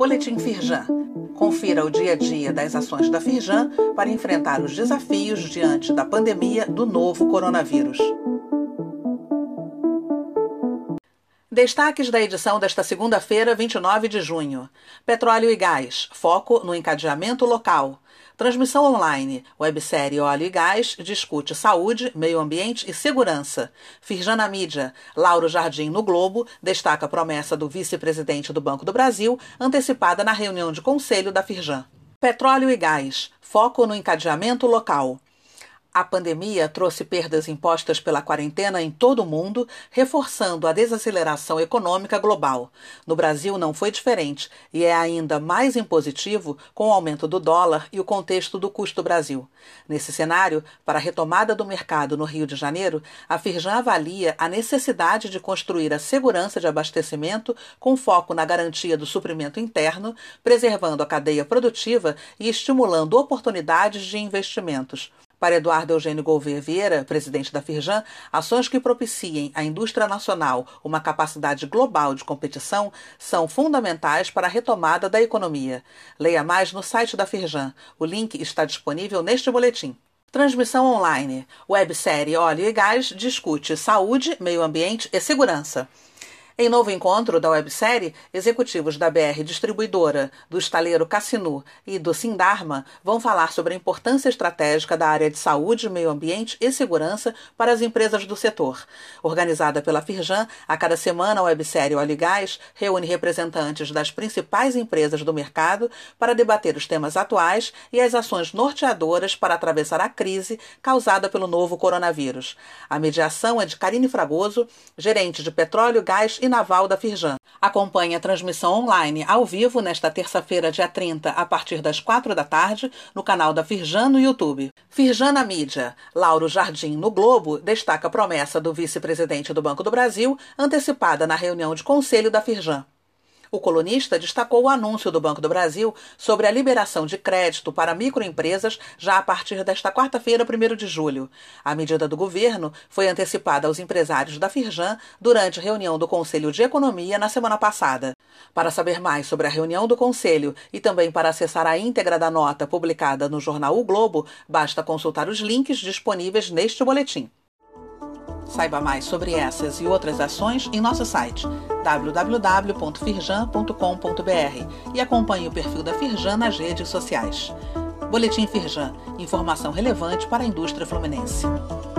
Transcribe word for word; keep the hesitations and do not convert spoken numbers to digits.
Boletim Firjan. Confira o dia a dia das ações da Firjan para enfrentar os desafios diante da pandemia do novo coronavírus. Destaques da edição desta segunda-feira, vinte e nove de junho. Petróleo e gás, foco no encadeamento local. Transmissão online, websérie Óleo e Gás discute saúde, meio ambiente e segurança. Firjan na mídia, Lauro Jardim no Globo destaca a promessa do vice-presidente do Banco do Brasil, antecipada na reunião de conselho da Firjan. Petróleo e gás, foco no encadeamento local. A pandemia trouxe perdas impostas pela quarentena em todo o mundo, reforçando a desaceleração econômica global. No Brasil não foi diferente e é ainda mais impositivo com o aumento do dólar e o contexto do custo Brasil. Nesse cenário, para a retomada do mercado no Rio de Janeiro, a Firjan avalia a necessidade de construir a segurança de abastecimento com foco na garantia do suprimento interno, preservando a cadeia produtiva e estimulando oportunidades de investimentos. Para Eduardo Eugênio Gouveia Vieira, presidente da Firjan, ações que propiciem à indústria nacional uma capacidade global de competição são fundamentais para a retomada da economia. Leia mais no site da Firjan. O link está disponível neste boletim. Transmissão online. Websérie Óleo e Gás discute saúde, meio ambiente e segurança. Em novo encontro da websérie, executivos da B R Distribuidora, do estaleiro Cassinu e do Sindarma vão falar sobre a importância estratégica da área de saúde, meio ambiente e segurança para as empresas do setor. Organizada pela Firjan, a cada semana a websérie Óleo e Gás reúne representantes das principais empresas do mercado para debater os temas atuais e as ações norteadoras para atravessar a crise causada pelo novo coronavírus. A mediação é de Karine Fragoso, gerente de petróleo, gás e naval da Firjan. Acompanhe a transmissão online ao vivo nesta terça-feira, dia trinta, a partir das quatro da tarde, no canal da Firjan no YouTube. Firjan na mídia. Lauro Jardim no Globo destaca a promessa do vice-presidente do Banco do Brasil, antecipada na reunião de conselho da Firjan. O colunista destacou o anúncio do Banco do Brasil sobre a liberação de crédito para microempresas já a partir desta quarta-feira, primeiro de julho. A medida do governo foi antecipada aos empresários da Firjan durante a reunião do Conselho de Economia na semana passada. Para saber mais sobre a reunião do Conselho e também para acessar a íntegra da nota publicada no jornal O Globo, basta consultar os links disponíveis neste boletim. Saiba mais sobre essas e outras ações em nosso site w w w ponto firjan ponto com ponto b r e acompanhe o perfil da Firjan nas redes sociais. Boletim Firjan, informação relevante para a indústria fluminense.